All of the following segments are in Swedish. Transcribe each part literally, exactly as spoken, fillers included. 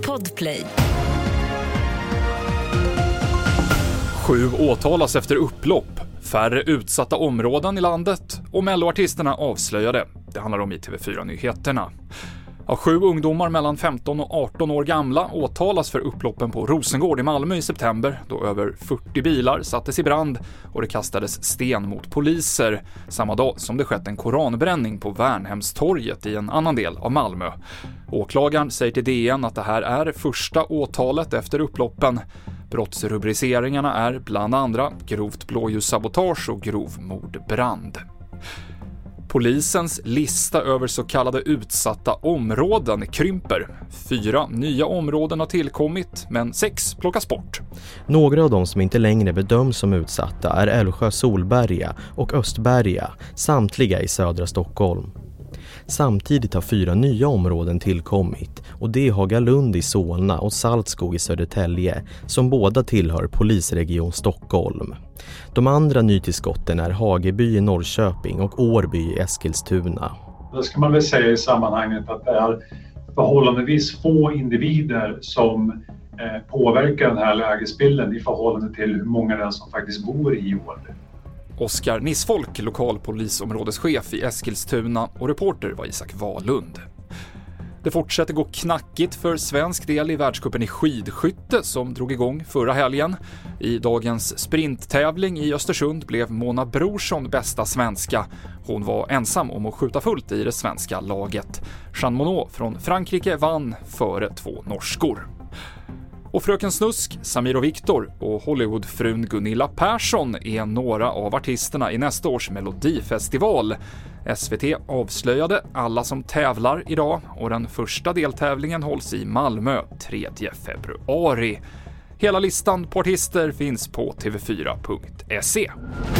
Podplay. Sju åtalas efter upplopp, färre utsatta områden i landet och Melloartisterna avslöjade. Det handlar om i T V fyra-nyheterna. Ja, sju ungdomar mellan femton och arton år gamla åtalas för upploppen på Rosengård i Malmö i september, då över fyrtio bilar sattes i brand och det kastades sten mot poliser samma dag som det skett en koranbränning på Värnhemstorget i en annan del av Malmö. Åklagaren säger till D N att det här är första åtalet efter upploppen. Brottsrubriceringarna är bland andra grovt blåljussabotage och grov mordbrand. Polisens lista över så kallade utsatta områden krymper. Fyra nya områden har tillkommit, men sex plockas bort. Några av de som inte längre bedöms som utsatta är Älvsjö-Solberga och Östberga, samtliga i södra Stockholm. Samtidigt har fyra nya områden tillkommit och det är Hagalund i Solna och Saltskog i Södertälje som båda tillhör polisregion Stockholm. De andra nytillskotten är Hageby i Norrköping och Årby i Eskilstuna. Då ska man väl säga i sammanhanget att det är förhållandevis få individer som eh, påverkar den här lägesbilden i förhållande till hur många det är som faktiskt bor i Årby. Oskar Nissfolk, lokalpolisområdeschef i Eskilstuna, och reporter var Isak Wahlund. Det fortsätter gå knackigt för svensk del i världscupen i skidskytte som drog igång förra helgen. I dagens sprinttävling i Östersund blev Mona Brorsson bästa svenska. Hon var ensam om att skjuta fullt i det svenska laget. Jean Monod från Frankrike vann före två norskor. Och Fröken Snusk, Samir och Viktor och Hollywoodfrun Gunilla Persson är några av artisterna i nästa års Melodifestival. S V T avslöjade alla som tävlar idag och den första deltävlingen hålls i Malmö tredje februari. Hela listan på artister finns på t v fyra punkt se.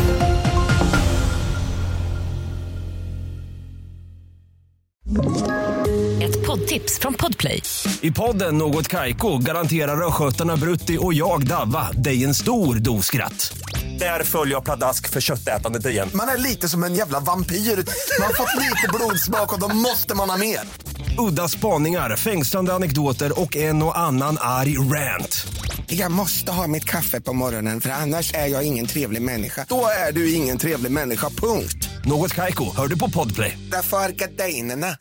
Ett poddtips från Podplay. I podden Något Kaiko garanterar röskötarna Brutti och jag Davva dig en stor doskratt. Där följer jag pladask för köttätandet igen. Man är lite som en jävla vampyr. Man har fått lite blodsmak och då måste man ha mer. Udda spaningar, fängslande anekdoter och en och annan arg rant. Jag måste ha mitt kaffe på morgonen för annars är jag ingen trevlig människa. Då är du ingen trevlig människa, punkt. Något Kaiko, hör du på Podplay. Därför är gardinerna.